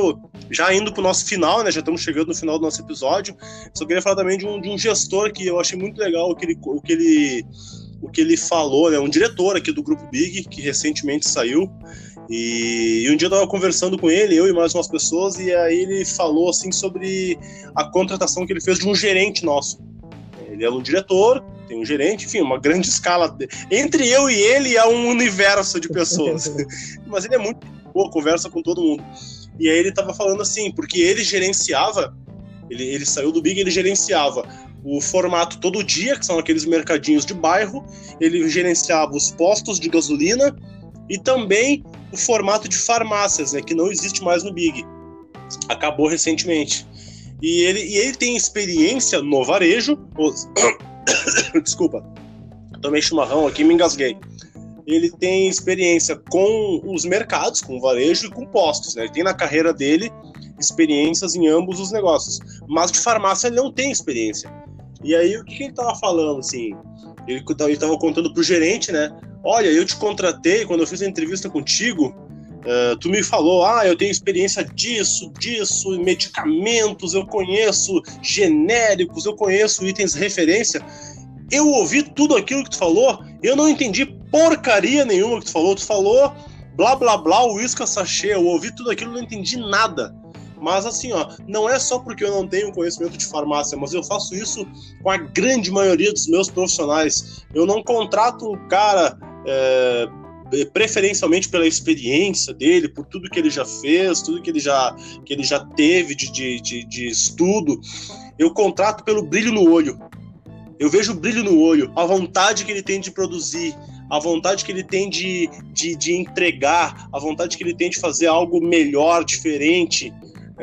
já indo pro nosso final, né, já estamos chegando no final do nosso episódio, só queria falar também de um, de um gestor que eu achei muito legal o que ele, o que ele, o que ele falou, né, um diretor aqui do Grupo Big, que recentemente saiu, e, e um dia eu estava conversando com ele, eu e mais umas pessoas, e aí ele falou assim sobre a contratação que ele fez de um gerente nosso. Ele é um diretor, tem um gerente, enfim, uma grande escala. Entre eu e ele há um universo de pessoas. Mas ele é muito boa, conversa com todo mundo. E aí ele tava falando assim, porque ele gerenciava, ele, ele saiu do Big, ele gerenciava o formato todo dia, que são aqueles mercadinhos de bairro, ele gerenciava os postos de gasolina e também o formato de farmácias, né, que não existe mais no Big. Acabou recentemente. E ele, e ele tem experiência no varejo. Os... Desculpa, tomei chimarrão aqui e me engasguei. Ele tem experiência com os mercados, com o varejo e com postos, né? Ele tem na carreira dele experiências em ambos os negócios. Mas de farmácia ele não tem experiência. E aí o que, que ele estava falando, assim? Ele estava contando pro gerente, né? Olha, eu te contratei quando eu fiz a entrevista contigo. Uh, tu me falou, ah, eu tenho experiência disso, disso, medicamentos, eu conheço genéricos, eu conheço itens de referência. Eu ouvi tudo aquilo que tu falou, eu não entendi porcaria nenhuma que tu falou. Tu falou blá blá blá, uísque sachê, eu ouvi tudo aquilo, não entendi nada. Mas assim, ó, não é só porque eu não tenho conhecimento de farmácia, mas eu faço isso com a grande maioria dos meus profissionais. Eu não contrato um cara... É... preferencialmente pela experiência dele, por tudo que ele já fez, tudo que ele já, que ele já teve de, de, de, de estudo. Eu contrato pelo brilho no olho. Eu vejo o brilho no olho, a vontade que ele tem de produzir, a vontade que ele tem de, de, de entregar, a vontade que ele tem de fazer algo melhor, diferente,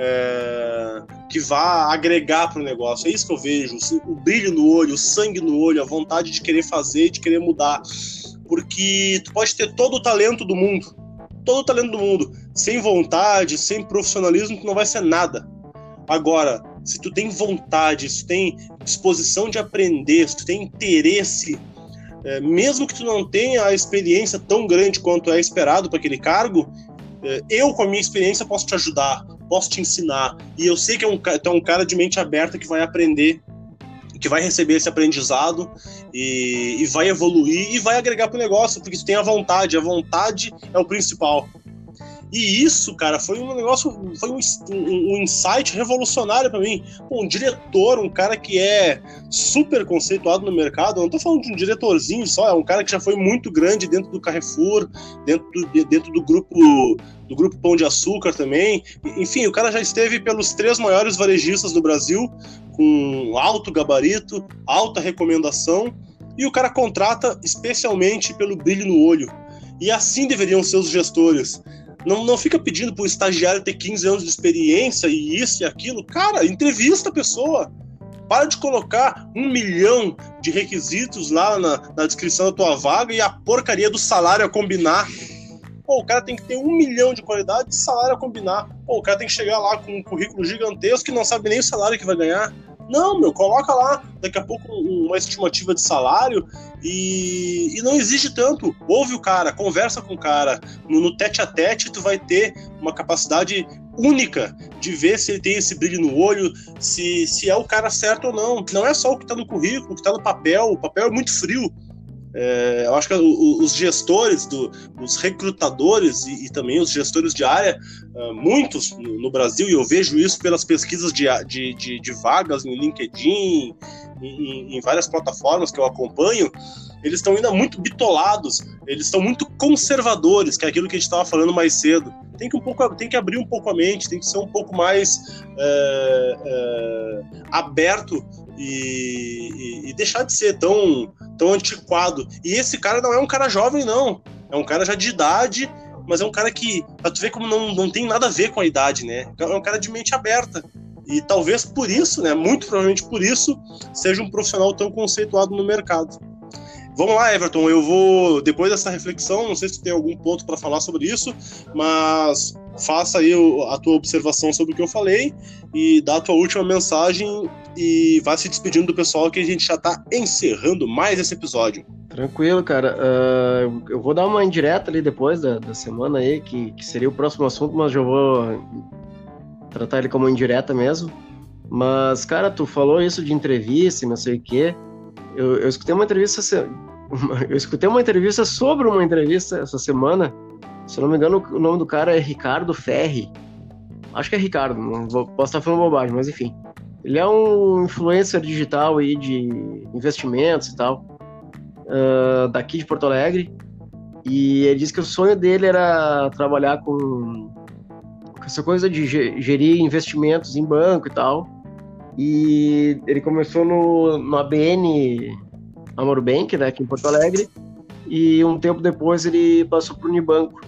é, que vá agregar para o negócio. É isso que eu vejo, o brilho no olho, o sangue no olho, a vontade de querer fazer, de querer mudar. Porque tu pode ter todo o talento do mundo, todo o talento do mundo, sem vontade, sem profissionalismo, tu não vai ser nada. Agora, se tu tem vontade, se tu tem disposição de aprender, se tu tem interesse, é, mesmo que tu não tenha a experiência tão grande quanto é esperado para aquele cargo, é, eu, com a minha experiência, posso te ajudar, posso te ensinar. E eu sei que é um, tu é um cara de mente aberta que vai aprender, que vai receber esse aprendizado e, e vai evoluir e vai agregar pro negócio, porque tu tem a vontade, a vontade é o principal. E isso, cara, foi um negócio, foi um, um, um insight revolucionário para mim. Pô, um diretor, um cara que é super conceituado no mercado, eu não tô falando de um diretorzinho só, é um cara que já foi muito grande dentro do Carrefour, dentro do, dentro do grupo do grupo Pão de Açúcar também. Enfim, o cara já esteve pelos três maiores varejistas do Brasil, com alto gabarito, alta recomendação, e o cara contrata especialmente pelo brilho no olho. E assim deveriam ser os gestores. Não, não fica pedindo pro estagiário ter quinze anos de experiência e isso e aquilo. Cara, entrevista a pessoa. Para de colocar um milhão de requisitos lá na, na descrição da tua vaga e a porcaria do salário a combinar. Pô, o cara tem que ter um milhão de qualidade de salário a combinar. Pô, o cara tem que chegar lá com um currículo gigantesco que não sabe nem o salário que vai ganhar. Não, meu, coloca lá, daqui a pouco, uma estimativa de salário e, e não exige tanto. Ouve o cara, conversa com o cara. No, no tete a tete, tu vai ter uma capacidade única de ver se ele tem esse brilho no olho, se, se é o cara certo ou não. Não é só o que tá no currículo, o que tá no papel. O papel é muito frio. É, eu acho que os gestores, do, os recrutadores e, e também os gestores de área, uh, muitos no, no Brasil, e eu vejo isso pelas pesquisas de, de, de, de vagas no LinkedIn, em, em várias plataformas que eu acompanho, eles estão ainda muito bitolados, eles estão muito conservadores, que é aquilo que a gente estava falando mais cedo. Tem que, um pouco, tem que abrir um pouco a mente, tem que ser um pouco mais é, é, aberto e, e, e deixar de ser tão, tão antiquado. E esse cara não é um cara jovem, não. É um cara já de idade, mas é um cara que, pra tu ver como não, não tem nada a ver com a idade, né? É um cara de mente aberta. E talvez por isso, né, muito provavelmente por isso, seja um profissional tão conceituado no mercado. Vamos lá, Everton, eu vou, depois dessa reflexão, não sei se tu tem algum ponto para falar sobre isso, mas faça aí a tua observação sobre o que eu falei e dá a tua última mensagem e vá se despedindo do pessoal, que a gente já está encerrando mais esse episódio. Tranquilo, cara. Uh, eu vou dar uma indireta ali depois da, da semana aí, que, que seria o próximo assunto, mas já vou tratar ele como indireta mesmo. Mas, cara, tu falou isso de entrevista e não sei o quê. Eu, eu escutei uma entrevista... Eu escutei uma entrevista sobre uma entrevista essa semana. Se eu não me engano, o nome do cara é Ricardo Ferri. Acho que é Ricardo, não vou, posso estar falando bobagem, mas enfim. Ele é um influencer digital aí de investimentos e tal, uh, daqui de Porto Alegre. E ele disse que o sonho dele era trabalhar com, com essa coisa de gerir investimentos em banco e tal. E ele começou no, no A B N Amor Bank, né, aqui em Porto Alegre. E um tempo depois ele passou para o Unibanco.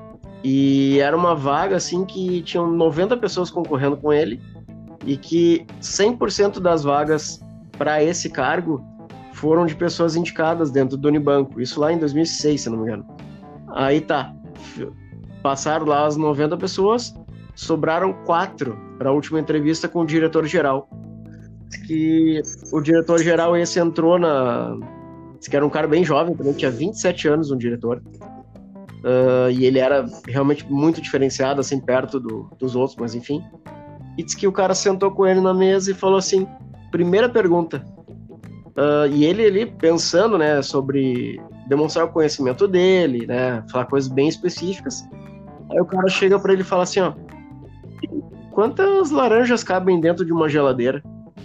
E era uma vaga assim que tinham noventa pessoas concorrendo com ele e que cem por cento das vagas para esse cargo foram de pessoas indicadas dentro do Unibanco. Isso lá em dois mil e seis, se não me engano. Aí tá, passaram lá as noventa pessoas, sobraram quatro para a última entrevista com o diretor-geral. Que o diretor-geral esse entrou na... Diz que era um cara bem jovem também, tinha vinte e sete anos, um diretor. Uh, e ele era realmente muito diferenciado, assim, perto do, dos outros, mas enfim. E disse que o cara sentou com ele na mesa e falou assim, primeira pergunta. Uh, e ele ali pensando, né, sobre demonstrar o conhecimento dele, né, falar coisas bem específicas. Aí o cara chega pra ele e fala assim, ó, quantas laranjas cabem dentro de uma geladeira?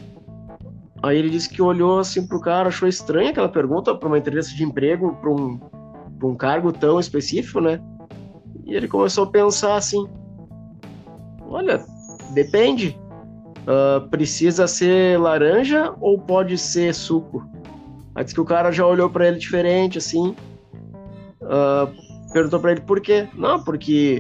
Aí ele disse que olhou assim pro cara, achou estranha aquela pergunta pra uma entrevista de emprego, pra um, pra um cargo tão específico, né? E ele começou a pensar assim, olha, depende. Uh, precisa ser laranja ou pode ser suco? Aí disse que o cara já olhou pra ele diferente, assim, uh, perguntou pra ele por quê. Não, porque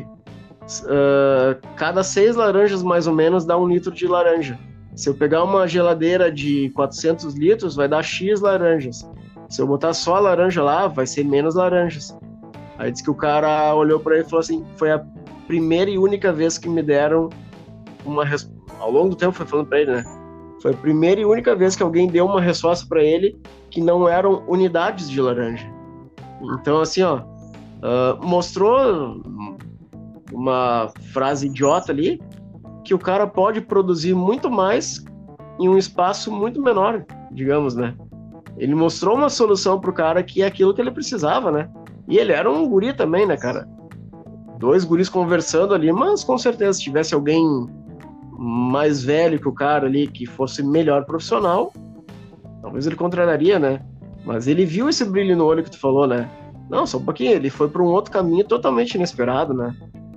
uh, cada seis laranjas, mais ou menos, dá um litro de laranja. Se eu pegar uma geladeira de quatrocentos litros, vai dar X laranjas. Se eu botar só a laranja lá, vai ser menos laranjas. Aí disse que o cara olhou pra ele e falou assim, foi a primeira e única vez que me deram uma resposta. Ao longo do tempo foi falando pra ele, né? Foi a primeira e única vez que alguém deu uma resposta pra ele que não eram unidades de laranja. Então, assim, ó, uh, mostrou uma frase idiota ali, que o cara pode produzir muito mais em um espaço muito menor, digamos, né? Ele mostrou uma solução pro cara que é aquilo que ele precisava, né? E ele era um guri também, né, cara? Dois guris conversando ali, mas com certeza se tivesse alguém mais velho que o cara ali, que fosse melhor profissional, talvez ele contrataria, né? Mas ele viu esse brilho no olho que tu falou, né? Não, só um pouquinho, ele foi para um outro caminho totalmente inesperado, né?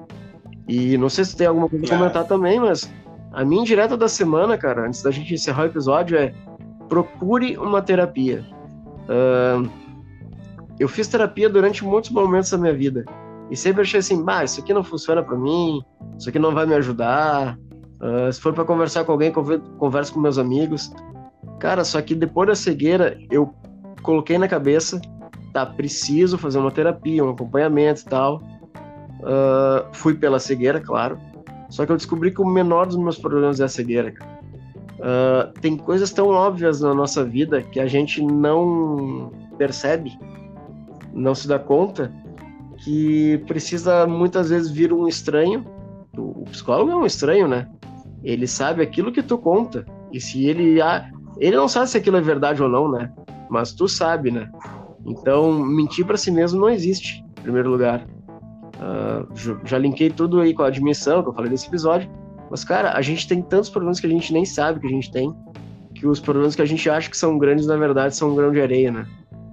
E não sei se tem alguma coisa pra comentar também, mas a minha indireta da semana, cara, antes da gente encerrar o episódio, é procure uma terapia. Uh, eu fiz terapia durante muitos momentos da minha vida e sempre achei assim, bah, isso aqui não funciona pra mim, isso aqui não vai me ajudar. Uh, se for pra conversar com alguém, converso com meus amigos. Cara, só que depois da cegueira, eu coloquei na cabeça, tá, preciso fazer uma terapia, um acompanhamento e tal. Uh, fui pela cegueira, claro. Só que eu descobri que o menor dos meus problemas é a cegueira, cara. Uh, tem coisas tão óbvias na nossa vida que a gente não percebe, não se dá conta, que precisa muitas vezes vir um estranho. O psicólogo é um estranho, né? Ele sabe aquilo que tu conta. E se ele... Ah, ele não sabe se aquilo é verdade ou não, né? Mas tu sabe, né? Então, mentir pra si mesmo não existe, em primeiro lugar. Uh, já linkei tudo aí com a admissão, que eu falei desse episódio. Mas, cara, a gente tem tantos problemas que a gente nem sabe que a gente tem, que os problemas que a gente acha que são grandes, na verdade, são um grão de areia, né?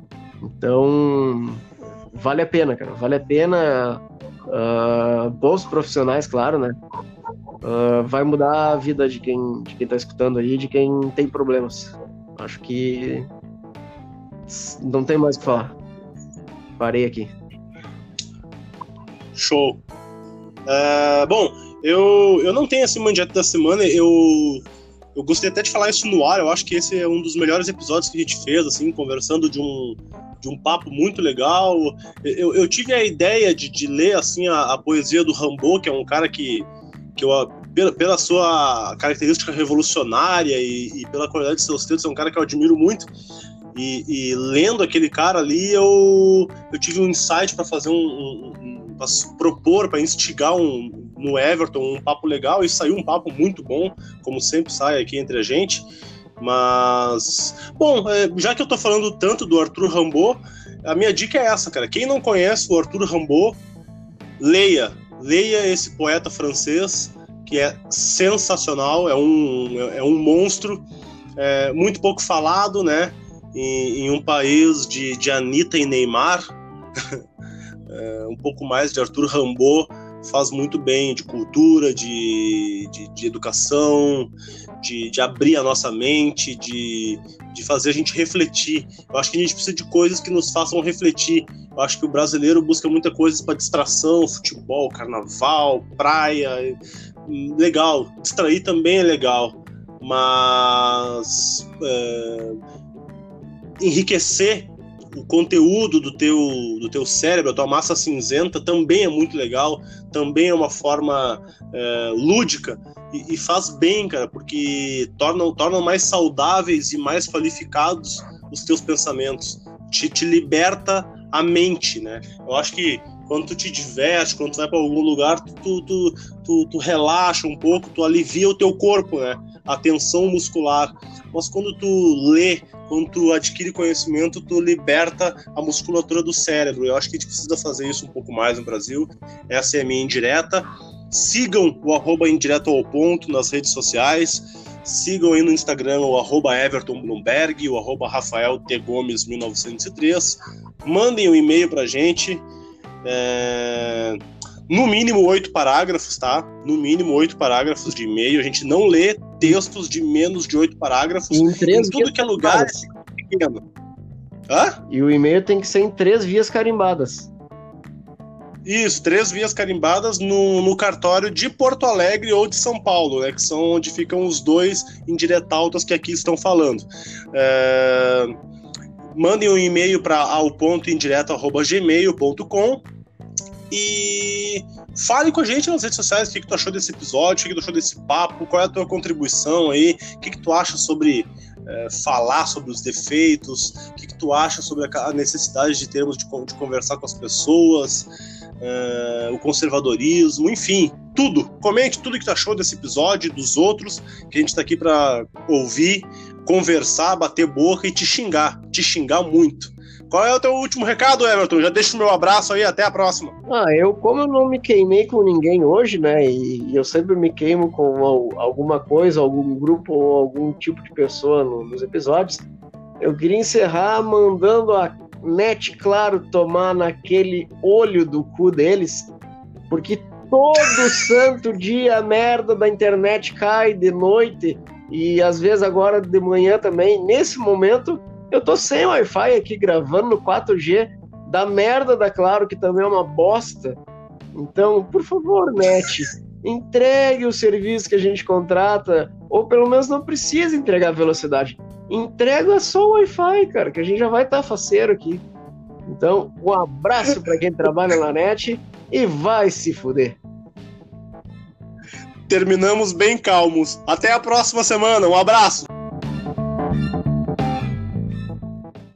Então, vale a pena, cara. Vale a pena. Uh, bons profissionais, claro, né? Uh, vai mudar a vida de quem, de quem tá escutando aí, de quem tem problemas. Acho que não tem mais o que falar. Parei aqui. Show. Uh, bom, eu, eu não tenho assim uma dieta da semana. Eu, eu gostaria até de falar isso no ar. Eu acho que esse é um dos melhores episódios que a gente fez, assim, conversando de um, de um papo muito legal. Eu, eu tive a ideia de, de ler assim, a, a poesia do Rimbaud, que é um cara que, que eu, pela, pela sua característica revolucionária e, e pela qualidade de seus textos, é um cara que eu admiro muito. E, e lendo aquele cara ali, eu, eu tive um insight para fazer um, um, um para propor, para instigar um, no Everton, um papo legal, e saiu um papo muito bom, como sempre sai aqui entre a gente. Mas, bom, já que eu tô falando tanto do Arthur Rimbaud, a minha dica é essa, cara. Quem não conhece o Arthur Rimbaud, leia, leia esse poeta francês, que é sensacional, é um, é um monstro, é, muito pouco falado, né, em, em um país de, de Anitta e Neymar. É, um pouco mais de Arthur Rimbaud faz muito bem, de cultura, de, de, de educação, de, de abrir a nossa mente, de, de fazer a gente refletir. Eu acho que a gente precisa de coisas que nos façam refletir. Eu acho que o brasileiro busca muita coisa para distração, futebol, carnaval, praia. Legal, distrair também é legal, mas é, enriquecer o conteúdo do teu, do teu cérebro, a tua massa cinzenta, também é muito legal, também é uma forma é, lúdica e, e faz bem, cara, porque tornam, tornam mais saudáveis e mais qualificados os teus pensamentos, te, te liberta a mente, né? Eu acho que quando tu te diverte, quando tu vai para algum lugar, tu, tu, tu, tu relaxa um pouco, tu alivia o teu corpo, né? A tensão muscular. Mas quando tu lê, quando tu adquire conhecimento, tu liberta a musculatura do cérebro. Eu acho que a gente precisa fazer isso um pouco mais no Brasil. Essa é a minha indireta. Sigam o arroba indireto ao ponto nas redes sociais. Sigam aí no Instagram o arroba Everton Bloomberg, o arroba Rafael T. Gomes mil novecentos e três. Mandem um e-mail pra gente. É... No mínimo oito parágrafos, tá? No mínimo oito parágrafos de e-mail. A gente não lê textos de menos de oito parágrafos em, em tudo que é lugar pequeno. Hã? E o e-mail tem que ser em três vias carimbadas. Isso, três vias carimbadas no, no cartório de Porto Alegre ou de São Paulo, né? Que são onde ficam os dois indiretautas que aqui estão falando. É... Mandem um e-mail para ao ponto indireto arroba gmail ponto com e fale com a gente nas redes sociais o que, que tu achou desse episódio, o que, que tu achou desse papo, qual é a tua contribuição aí, o que, que tu acha sobre é, falar sobre os defeitos, o que, que tu acha sobre a necessidade de termos de, de conversar com as pessoas, é, o conservadorismo, enfim, tudo. Comente tudo que tu achou desse episódio, dos outros, que a gente tá aqui para ouvir, conversar, bater boca e te xingar, te xingar muito. Qual é o teu último recado, Everton? Já deixo o meu abraço aí, até a próxima. Ah, eu, como eu não me queimei com ninguém hoje, né, e eu sempre me queimo com alguma coisa, algum grupo ou algum tipo de pessoa no, nos episódios, eu queria encerrar mandando a Net Claro tomar naquele olho do cu deles, porque todo santo dia a merda da internet cai de noite, e às vezes agora de manhã também. Nesse momento eu tô sem Wi-Fi aqui gravando no quatro G da merda da Claro, que também é uma bosta. Então, por favor, Net, entregue o serviço que a gente contrata, ou pelo menos não precisa entregar velocidade. Entrega só o Wi-Fi, cara, que a gente já vai estar faceiro aqui. Então, um abraço para quem trabalha na Net e vai se fuder. Terminamos bem calmos. Até a próxima semana. Um abraço.